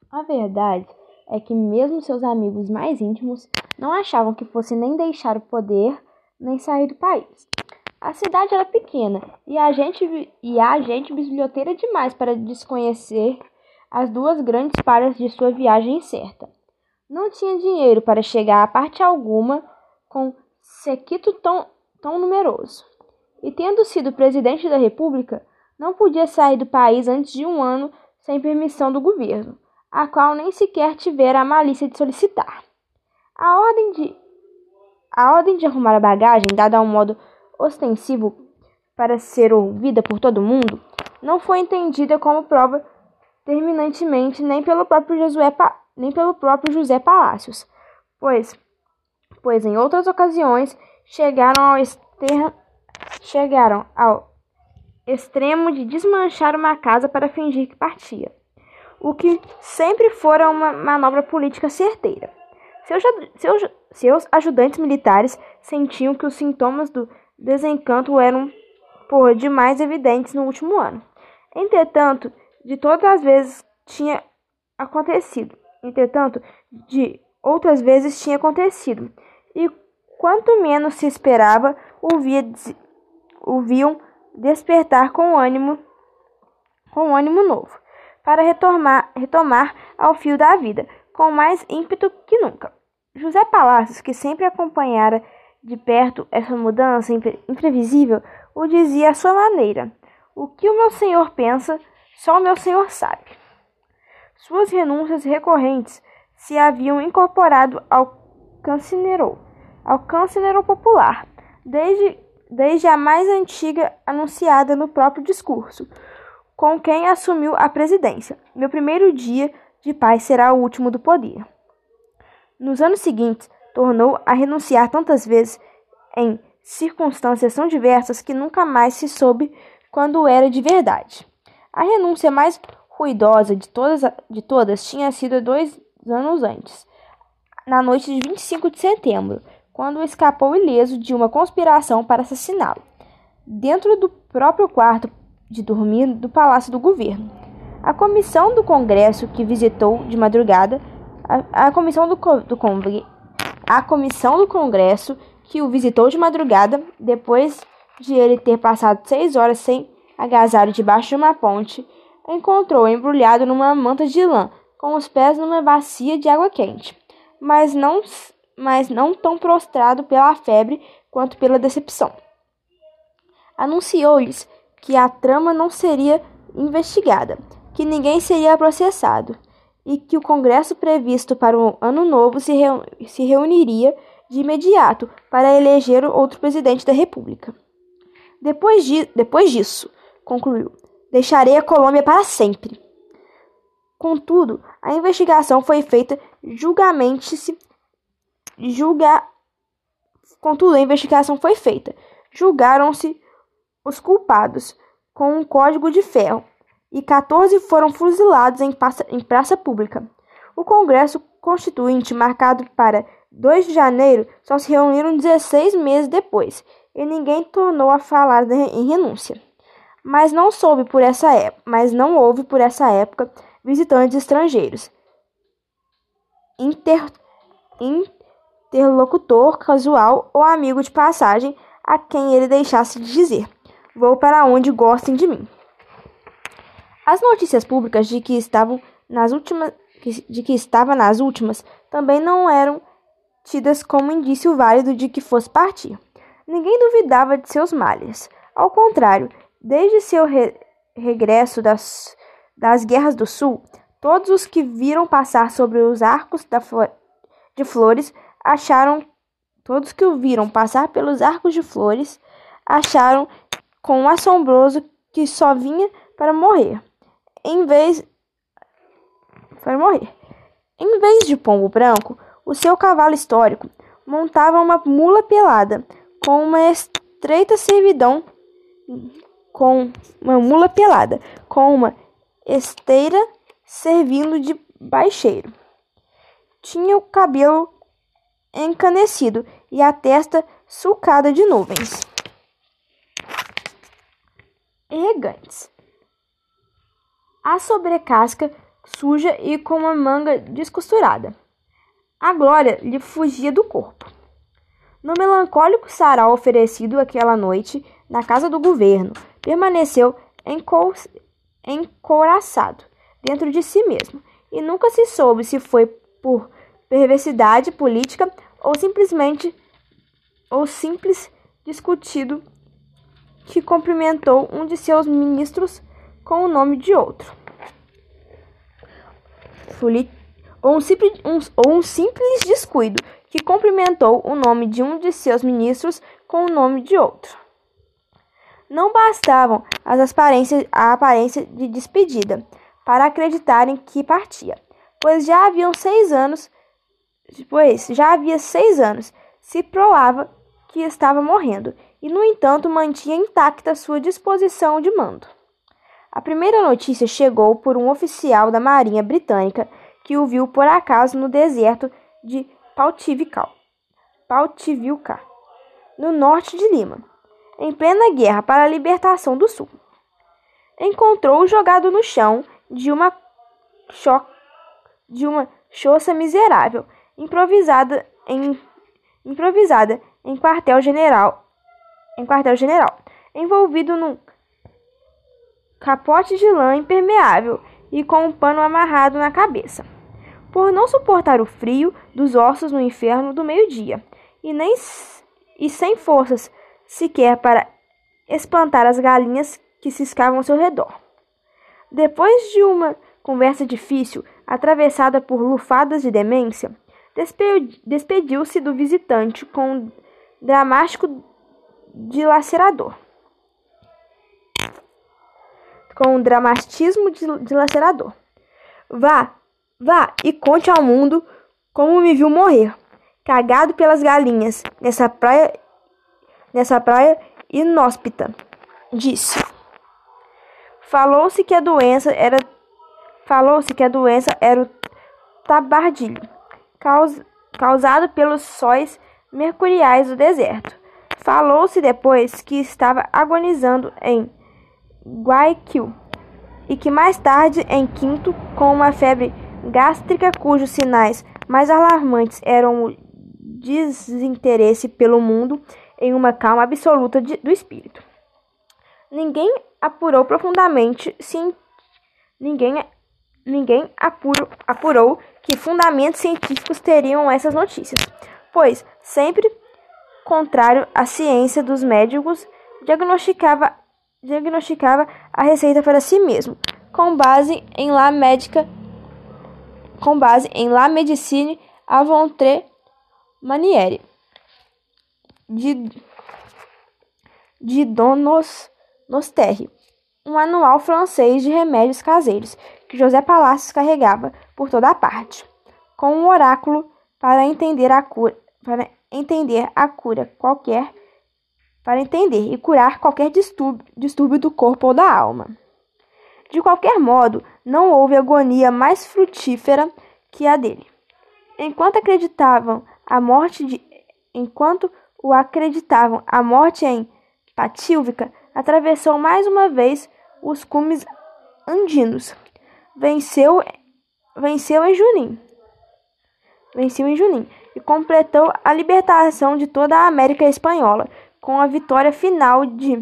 A verdade é que mesmo seus amigos mais íntimos não achavam que fosse nem deixar o poder, nem sair do país. A cidade era pequena e a gente bisbilhoteira demais para desconhecer as duas grandes falhas de sua viagem incerta. Não tinha dinheiro para chegar a parte alguma com séquito tão numeroso. E tendo sido presidente da República, não podia sair do país antes de um ano sem permissão do governo, a qual nem sequer tivera a malícia de solicitar. A ordem de arrumar a bagagem, dada a um modo ostensivo para ser ouvida por todo mundo, não foi entendida como prova terminantemente nem pelo próprio José Palácios, pois em outras ocasiões chegaram ao extremo de desmanchar uma casa para fingir que partia, o que sempre fora uma manobra política certeira. Seus ajudantes militares sentiam que os sintomas do desencanto eram por demais evidentes no último ano. Entretanto, de outras vezes tinha acontecido, e quanto menos se esperava, ouviam despertar com ânimo novo, para retomar ao fio da vida, com mais ímpeto que nunca. José Palácios, que sempre acompanhara de perto essa mudança imprevisível, o dizia à sua maneira: "O que o meu senhor pensa, só o meu senhor sabe." Suas renúncias recorrentes se haviam incorporado ao cancioneiro popular, desde a mais antiga anunciada no próprio discurso, com quem assumiu a presidência: "Meu primeiro dia de paz será o último do poder." Nos anos seguintes, tornou a renunciar tantas vezes, em circunstâncias tão diversas, que nunca mais se soube quando era de verdade. A renúncia mais ruidosa de todas tinha sido 2 anos antes, na noite de 25 de setembro, quando escapou ileso de uma conspiração para assassiná-lo, dentro do próprio quarto de dormir do Palácio do Governo. A comissão do Congresso que visitou de madrugada, a comissão do Congresso que o visitou de madrugada, depois de ele ter passado 6 horas sem agasalho debaixo de uma ponte, encontrou embrulhado numa manta de lã, com os pés numa bacia de água quente, mas não tão prostrado pela febre quanto pela decepção. Anunciou-lhes que a trama não seria investigada, que ninguém seria processado, e que o Congresso previsto para o Ano Novo se reuniria de imediato para eleger outro presidente da República. Depois disso, concluiu, deixarei a Colômbia para sempre. Contudo, a investigação foi feita julgaram-se os culpados com um código de ferro, e 14 foram fuzilados em praça pública. O Congresso Constituinte, marcado para 2 de janeiro, só se reuniram 16 meses depois, e ninguém tornou a falar em renúncia. Mas não houve por essa época visitantes estrangeiros, interlocutor casual ou amigo de passagem a quem ele deixasse de dizer: "Vou para onde gostem de mim." As notícias públicas de que estava nas últimas também não eram tidas como indício válido de que fosse partir. Ninguém duvidava de seus males. Ao contrário, desde seu regresso das Guerras do Sul, todos os que viram passar sobre os arcos de flores acharam com um assombroso que só vinha para morrer. Em vez de pombo branco, o seu cavalo histórico montava uma mula pelada, com uma esteira servindo de baixeiro. Tinha o cabelo encanecido e a testa sulcada de nuvens errantes. A sobrecasca suja e com uma manga descosturada. A glória lhe fugia do corpo. No melancólico sarau oferecido aquela noite na casa do governo, permaneceu encouraçado dentro de si mesmo, e nunca se soube se foi por perversidade política ou simples discutido que cumprimentou um de seus ministros com o nome de outro. Ou um simples descuido que cumprimentou o nome de um de seus ministros com o nome de outro. Não bastavam a aparência de despedida para acreditarem que partia, pois já havia 6 anos se provava que estava morrendo, e no entanto mantinha intacta sua disposição de mando. A primeira notícia chegou por um oficial da Marinha Britânica que o viu por acaso no deserto de Pautivilca, no norte de Lima, em plena guerra para a libertação do Sul. Encontrou-o jogado no chão de uma choça miserável, improvisada em quartel-general, envolvido num capote de lã impermeável e com um pano amarrado na cabeça. Por não suportar o frio dos ossos no inferno do meio-dia, e sem forças sequer para espantar as galinhas que ciscavam ao seu redor. Depois de uma conversa difícil, atravessada por lufadas de demência, despediu-se do visitante com um dramatismo dilacerador. Vá e conte ao mundo como me viu morrer, cagado pelas galinhas, nessa praia inóspita, disse. Falou-se que a doença era o tabardilho, causado pelos sóis mercuriais do deserto. Falou-se depois que estava agonizando em Guayaquil e que mais tarde em Quito, com uma febre gástrica cujos sinais mais alarmantes eram o desinteresse pelo mundo em uma calma absoluta do espírito. Ninguém apurou que fundamentos científicos teriam essas notícias, pois, sempre contrário à ciência dos médicos, diagnosticava a receita para si mesmo, com base em La Médecine à votre manière, de Don Nosterre, um anual francês de remédios caseiros que José Palacios carregava por toda a parte, com um oráculo para entender e curar qualquer distúrbio do corpo ou da alma. De qualquer modo, não houve agonia mais frutífera que a dele. Enquanto o acreditavam a morte em Patílvica, atravessou mais uma vez os cumes andinos. Venceu em Junín e completou a libertação de toda a América Espanhola com a vitória final de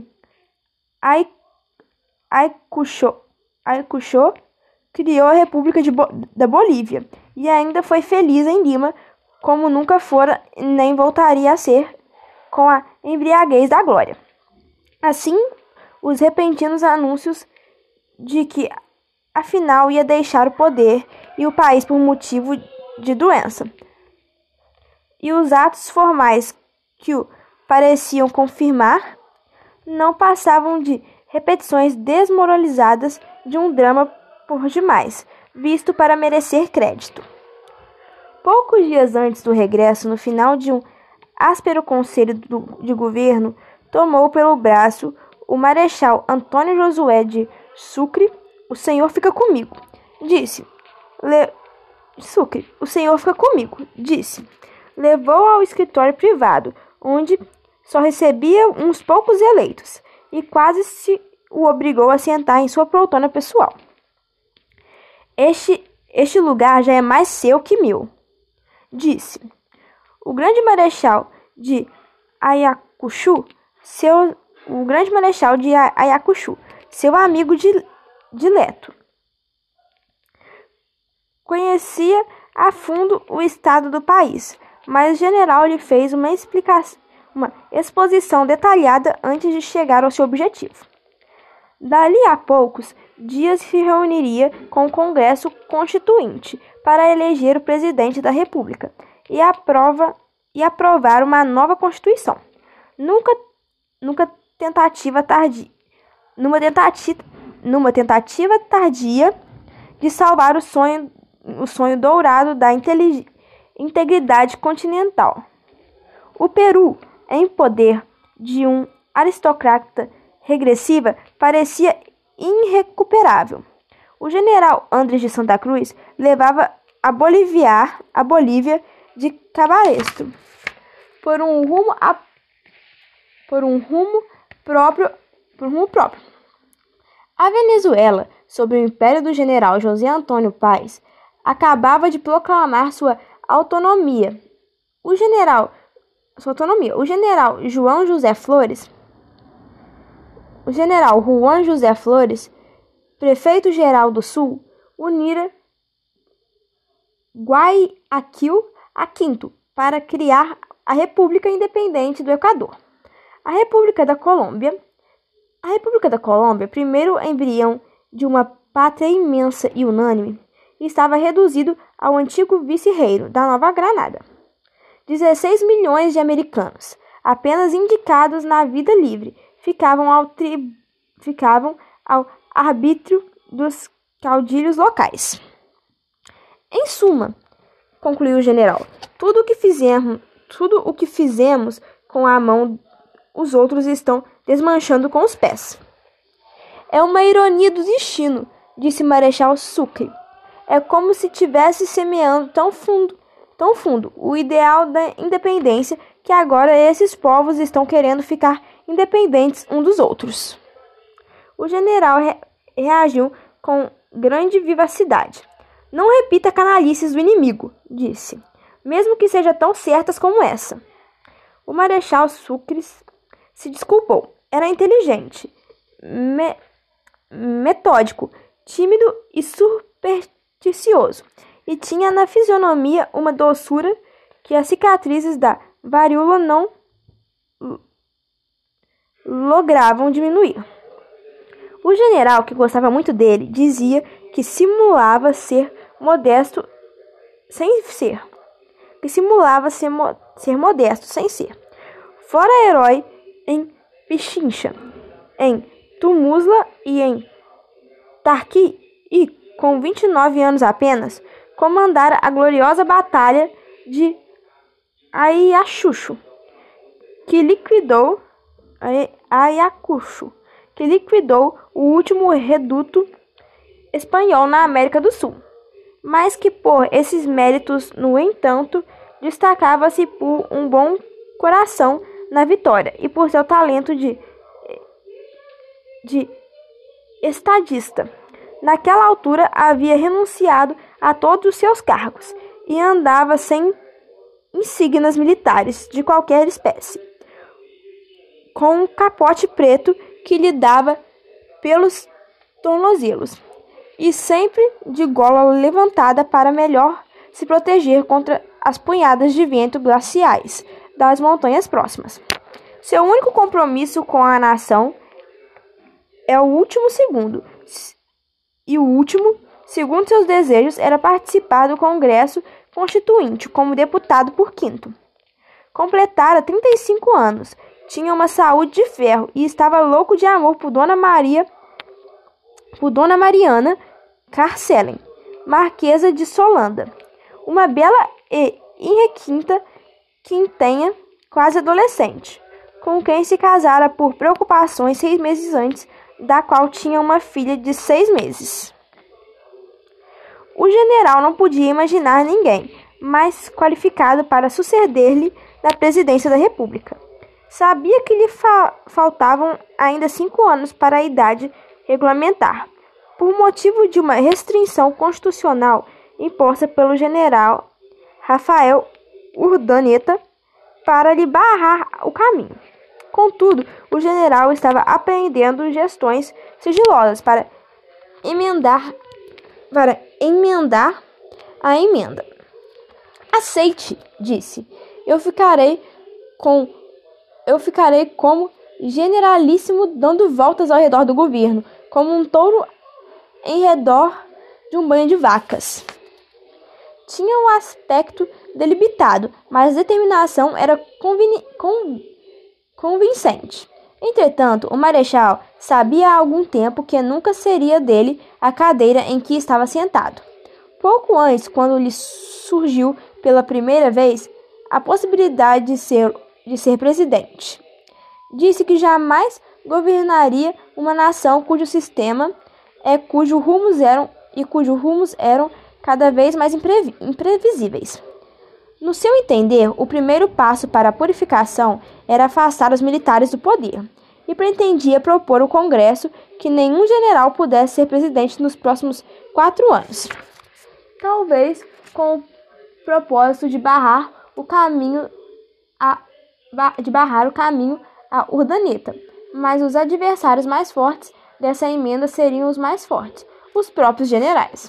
Ayacucho, criou a República da Bolívia e ainda foi feliz em Lima, como nunca fora nem voltaria a ser, com a embriaguez da glória. Assim, os repentinos anúncios de que afinal ia deixar o poder e o país por motivo de doença, e os atos formais que o pareciam confirmar, não passavam de repetições desmoralizadas de um drama por demais visto para merecer crédito. Poucos dias antes do regresso, no final de um áspero conselho de governo, tomou pelo braço o marechal Antônio Josué de Sucre. O senhor fica comigo, disse. Sucre, o senhor fica comigo, disse. Levou ao escritório privado, onde só recebia uns poucos eleitos, e quase se o obrigou a sentar em sua poltrona pessoal. Este lugar já é mais seu que meu, disse o grande marechal de Ayacucho, seu amigo dileto. Conhecia a fundo o estado do país, mas o general lhe fez uma exposição detalhada antes de chegar ao seu objetivo. Dali a poucos dias se reuniria com o Congresso Constituinte para eleger o presidente da República e aprovar uma nova Constituição. Numa tentativa tardia de salvar o sonho dourado da integridade continental. O Peru, em poder de um aristocrata regressiva, parecia irrecuperável. O general Andrés de Santa Cruz levava a Bolívia de cabresto por um rumo próprio. A Venezuela, sob o império do general José Antônio Paz, acabava de proclamar sua autonomia. O general Juan José Flores, prefeito-geral do Sul, unira Guayaquil a Quito para criar a República Independente do Equador. A República da Colômbia, primeiro embrião de uma pátria imensa e unânime, estava reduzido ao antigo vice-reino da Nova Granada. 16 milhões de americanos, apenas indicados na vida livre, ficavam ao arbítrio dos caudilhos locais. Em suma, concluiu o general, tudo o que fizemos com a mão, os outros estão desmanchando com os pés. É uma ironia do destino, disse Marechal Sucre. É como se tivesse semeando tão fundo o ideal da independência que agora esses povos estão querendo ficar independentes uns dos outros. O general reagiu com grande vivacidade. Não repita canalices do inimigo, disse, mesmo que sejam tão certas como essa. O Marechal Sucre se desculpou. Era inteligente, metódico, tímido e supersticioso, e tinha na fisionomia uma doçura que as cicatrizes da varíola não logravam diminuir. O general, que gostava muito dele, dizia que simulava ser modesto sem ser. Fora herói em Pichincha, em Tumuzla e em Tarqui, e, com 29 anos apenas, comandara a gloriosa Batalha de Ayacucho, que liquidou o último reduto espanhol na América do Sul, mas que por esses méritos, no entanto, destacava-se por um bom coração na vitória e por seu talento de estadista. Naquela altura havia renunciado a todos os seus cargos e andava sem insígnias militares de qualquer espécie, com um capote preto que lhe dava pelos tornozelos, e sempre de gola levantada para melhor se proteger contra as punhadas de vento glaciais das montanhas próximas. Seu único compromisso com a nação é o último, segundo seus desejos, era participar do Congresso Constituinte como deputado por quinto. Completara 35 anos, tinha uma saúde de ferro e estava louco de amor por Dona Mariana Carcelen, Marquesa de Solanda, uma bela e irrequinta quintenha quase adolescente, com quem se casara por preocupações 6 meses antes, da qual tinha uma filha de 6 meses. O general não podia imaginar ninguém mais qualificado para suceder-lhe na presidência da República. Sabia que lhe faltavam ainda 5 anos para a idade regulamentar, por motivo de uma restrição constitucional imposta pelo general Rafael Urdaneta para lhe barrar o caminho. Contudo, o general estava apreendendo gestões sigilosas para emendar a emenda. Aceite, disse. Eu ficarei como generalíssimo dando voltas ao redor do governo, como um touro em redor de um banho de vacas. Tinha um aspecto delimitado, mas a determinação era convincente. Entretanto, o marechal sabia há algum tempo que nunca seria dele a cadeira em que estava sentado. Pouco antes, quando lhe surgiu pela primeira vez a possibilidade de ser presidente, disse que jamais governaria uma nação cujo sistema cujos rumos eram cada vez mais imprevisíveis. No seu entender, o primeiro passo para a purificação era afastar os militares do poder, e pretendia propor ao Congresso que nenhum general pudesse ser presidente nos próximos 4 anos, talvez com o propósito de barrar o caminho a Urdaneta. Mas os adversários mais fortes dessa emenda seriam os mais fortes, os próprios generais.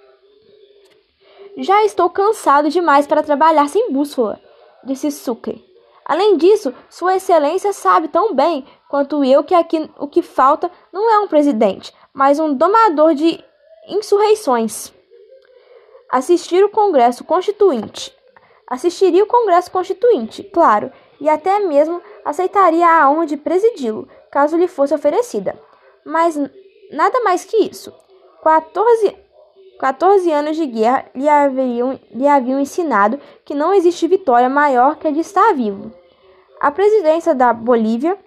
Já estou cansado demais para trabalhar sem bússola, disse Sucre. Além disso, Sua Excelência sabe tão bem quanto eu que aqui o que falta não é um presidente, mas um domador de insurreições. Assistiria o Congresso Constituinte, claro, e até mesmo aceitaria a honra de presidi-lo, caso lhe fosse oferecida. Mas nada mais que isso. 14 anos de guerra lhe haviam ensinado que não existe vitória maior que a de estar vivo. A presidência da Bolívia,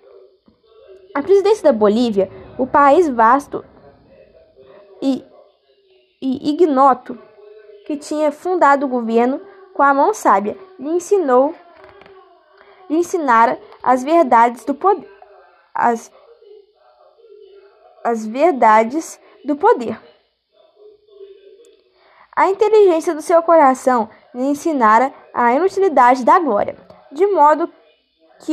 o país vasto e ignoto que tinha fundado o governo com a mão sábia, lhe ensinara as verdades do poder. As verdades do poder. A inteligência do seu coração lhe ensinara a inutilidade da glória, de modo que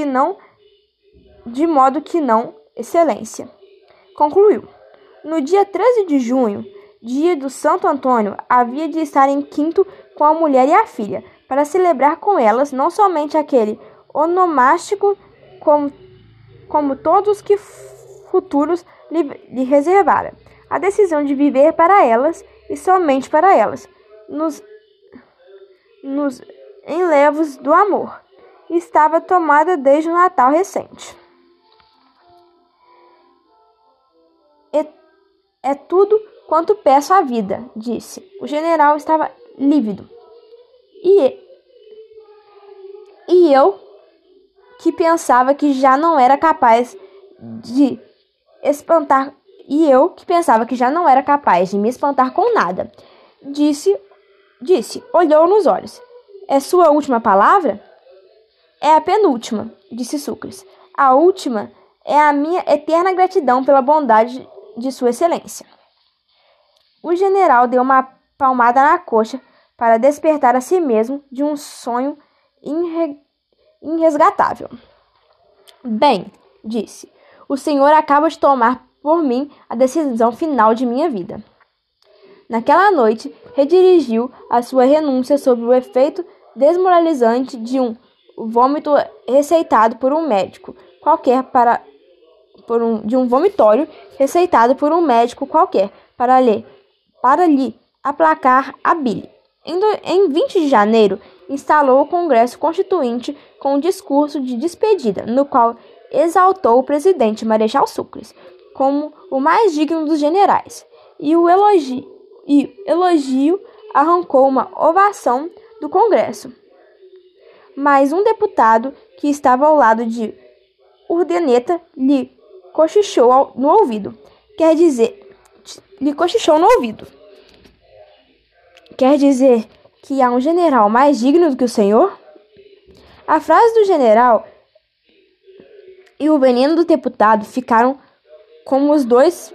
não, Excelência. Concluiu. No dia 13 de junho, dia do Santo Antônio, havia de estar em Quito com a mulher e a filha, para celebrar com elas não somente aquele onomástico, como todos que futuros lhe reservara, a decisão de viver para elas e somente para elas, nos enlevos do amor, estava tomada desde o Natal recente. É tudo quanto peço à vida, disse. O general estava lívido. E eu, que pensava que já não era capaz de me espantar com nada, disse, olhou nos olhos. É sua última palavra? É a penúltima, disse Sucres. A última é a minha eterna gratidão pela bondade de Sua Excelência. O general deu uma palmada na coxa para despertar a si mesmo de um sonho irresgatável. Bem, disse, o senhor acaba de tomar por mim a decisão final de minha vida. Naquela noite, redirigiu a sua renúncia sob o efeito desmoralizante de um vômito receitado por um médico qualquer de um vomitório receitado por um médico qualquer para lhe aplacar a bile. Em 20 de janeiro, instalou o Congresso Constituinte com um discurso de despedida, no qual exaltou o presidente Marechal Sucres como o mais digno dos generais, e o elogio arrancou uma ovação do Congresso. Mas um deputado que estava ao lado de Urdaneta lhe cochichou no ouvido. Quer dizer que há um general mais digno do que o senhor? A frase do general e o veneno do deputado ficaram como os dois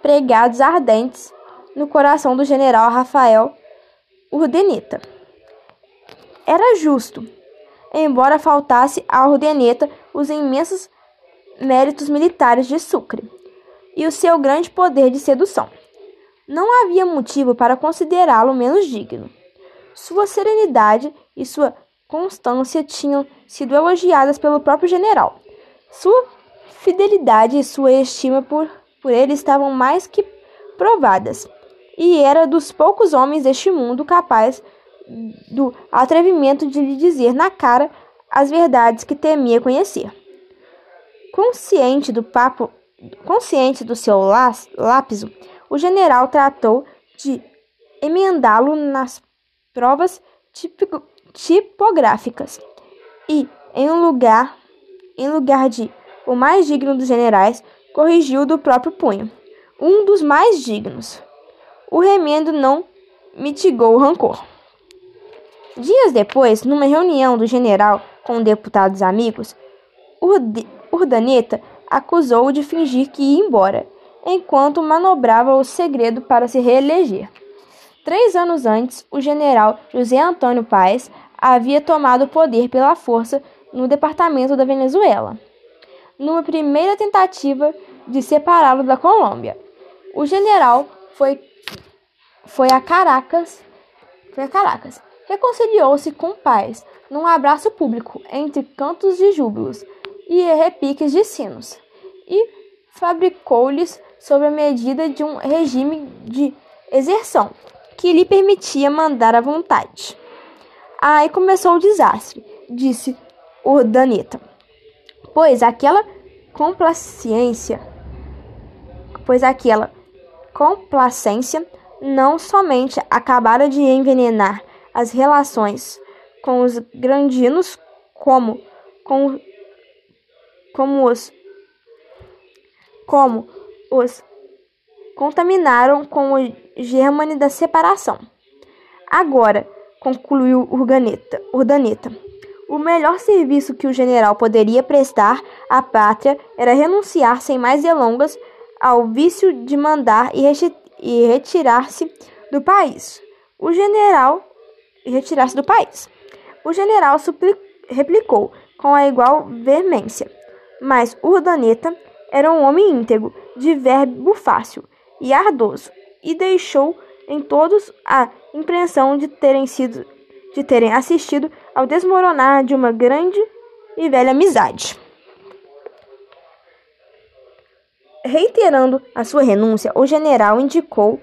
pregados ardentes no coração do general Rafael Urdaneta. Era justo, embora faltasse a Urdaneta os imensos méritos militares de Sucre e o seu grande poder de sedução. Não havia motivo para considerá-lo menos digno. Sua serenidade e sua constância tinham sido elogiadas pelo próprio general. Sua fidelidade e sua estima por ele estavam mais que provadas, e era dos poucos homens deste mundo capaz do atrevimento de lhe dizer na cara as verdades que temia conhecer. Consciente do seu lapso, o general tratou de emendá-lo nas provas tipográficas e, em lugar de o mais digno dos generais, corrigiu do próprio punho um dos mais dignos. O remendo não mitigou o rancor. Dias depois, numa reunião do general com deputados amigos, Urdaneta acusou-o de fingir que ia embora, enquanto manobrava o segredo para se reeleger. 3 anos antes, o general José Antônio Páez havia tomado o poder pela força no departamento da Venezuela, numa primeira tentativa de separá-lo da Colômbia. O general foi a Caracas, reconciliou-se com Páez num abraço público entre cantos de júbilos e repiques de sinos, e fabricou-lhes sob a medida de um regime de exerção que lhe permitia mandar à vontade. Aí começou o desastre, disse Urdaneta, pois aquela complacência não somente acabara de envenenar as relações com os grandinos, como os contaminaram com o germane da separação. Agora, concluiu Urdaneta, o melhor serviço que o general poderia prestar à pátria era renunciar sem mais delongas ao vício de mandar e retirar-se do país. O general replicou com a igual veemência, mas Urdaneta era um homem íntegro, de verbo fácil e ardoso, e deixou em todos a impressão de terem assistido ao desmoronar de uma grande e velha amizade. Reiterando a sua renúncia, o general indicou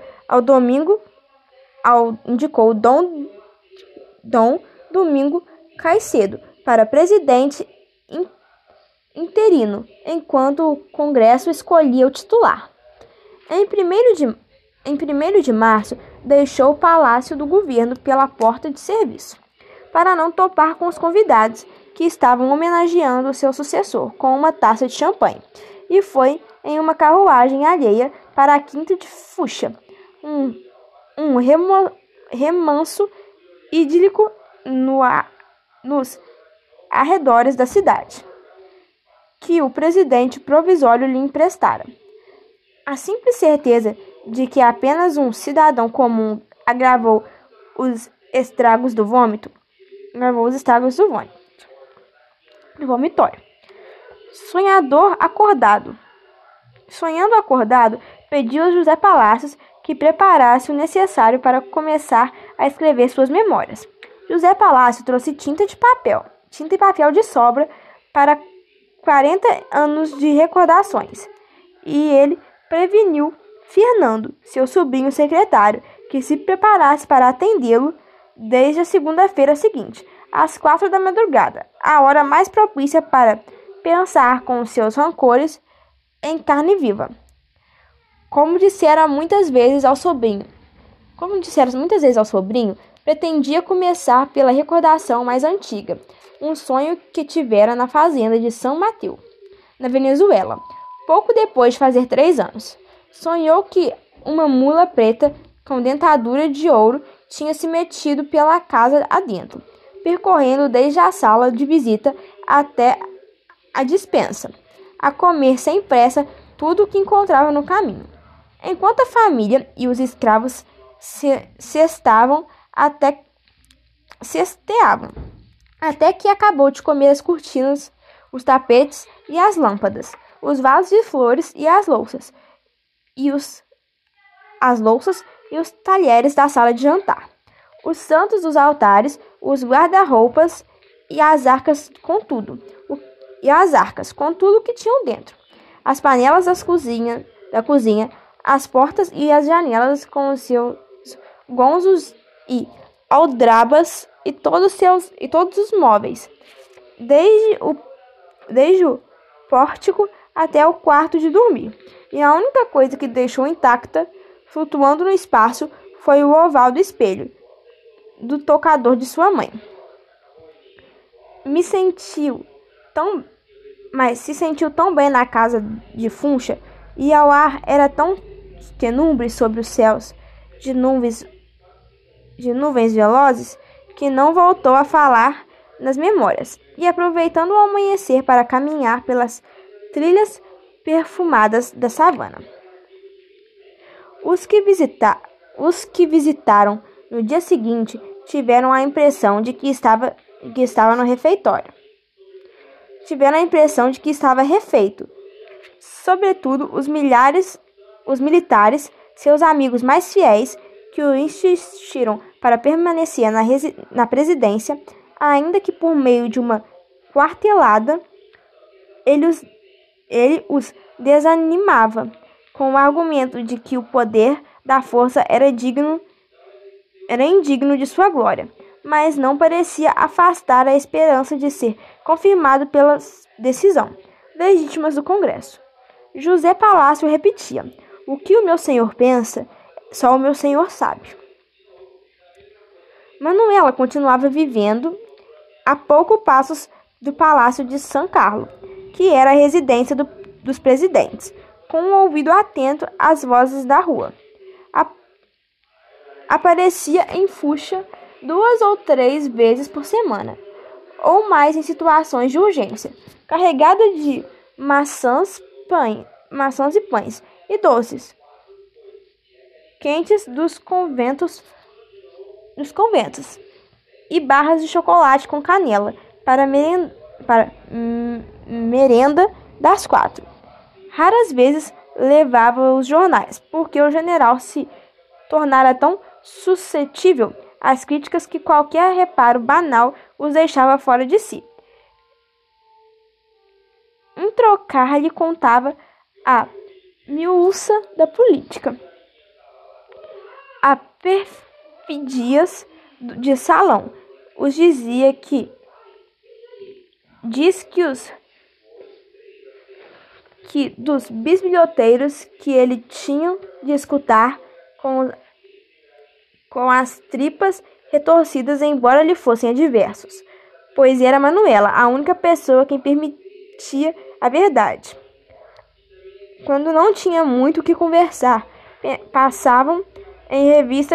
Dom Domingo Caicedo para presidente interino, enquanto o Congresso escolhia o titular. Em 1º de março, deixou o Palácio do Governo pela porta de serviço, para não topar com os convidados que estavam homenageando o seu sucessor com uma taça de champanhe, e foi em uma carruagem alheia para a Quinta de Fuxa, um remanso idílico nos arredores da cidade, que o presidente provisório lhe emprestara. A simples certeza de que apenas um cidadão comum agravou os estragos do vomitório. Sonhando acordado, pediu a José Palacios que preparasse o necessário para começar a escrever suas memórias. José Palacios trouxe tinta e papel de sobra para 40 anos de recordações, e ele preveniu Fernando, seu sobrinho secretário, que se preparasse para atendê-lo desde a segunda-feira seguinte, às 4 da madrugada, a hora mais propícia para pensar com seus rancores em carne viva. Como disseram muitas vezes ao sobrinho, pretendia começar pela recordação mais antiga, um sonho que tivera na fazenda de São Mateus, na Venezuela, pouco depois de fazer 3 anos. Sonhou que uma mula preta com dentadura de ouro tinha se metido pela casa adentro, percorrendo desde a sala de visita até a despensa, a comer sem pressa tudo o que encontrava no caminho. enquanto a família e os escravos cesteavam até que acabou de comer as cortinas, os tapetes e as lâmpadas, os vasos de flores e as louças e os talheres da sala de jantar, os santos dos altares, os guarda-roupas e as arcas com tudo que tinham dentro, as panelas da cozinha, as portas e as janelas com os seus gonzos e aldrabas e todos os móveis, desde o pórtico até o quarto de dormir. E a única coisa que deixou intacta, flutuando no espaço, foi o oval do espelho do tocador de sua mãe. Mas se sentiu tão bem na casa de Funcha, e ao ar era tão tenumbre sobre os céus de nuvens velozes, que não voltou a falar nas memórias, e aproveitando o amanhecer para caminhar pelas trilhas perfumadas da savana. Os que visitaram no dia seguinte tiveram a impressão de que estava no refeitório. Tiveram a impressão de que estava refeito. Sobretudo os militares, seus amigos mais fiéis, que o insistiram para permanecer na presidência, ainda que por meio de uma quartelada. Ele os desanimava com o argumento de que o poder da força era indigno de sua glória, mas não parecia afastar a esperança de ser confirmado pela decisão legítima do Congresso. José Palácio repetia: "O que o meu senhor pensa, só o meu senhor sabe." Manuela continuava vivendo a poucos passos do Palácio de San Carlo, que era a residência dos presidentes, com um ouvido atento às vozes da rua. Aparecia em Funcha 2 ou 3 vezes por semana, ou mais em situações de urgência, carregada de maçãs e pães e doces quentes dos conventos e barras de chocolate com canela para merenda das 4. Raras vezes levava os jornais, porque o general se tornara tão suscetível às críticas que qualquer reparo banal os deixava fora de si. Um trocar lhe contava a miúça da política, a perfidias de salão. Os dizia que dos bisbilhoteiros que ele tinha de escutar com as tripas retorcidas, embora lhe fossem adversos, pois era Manuela a única pessoa quem permitia a verdade. Quando não tinha muito o que conversar, passavam em revista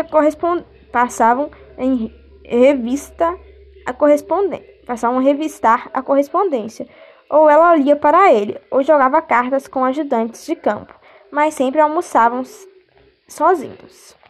a correspondência, ou ela lia para ele, ou jogava cartas com ajudantes de campo, mas sempre almoçavam sozinhos.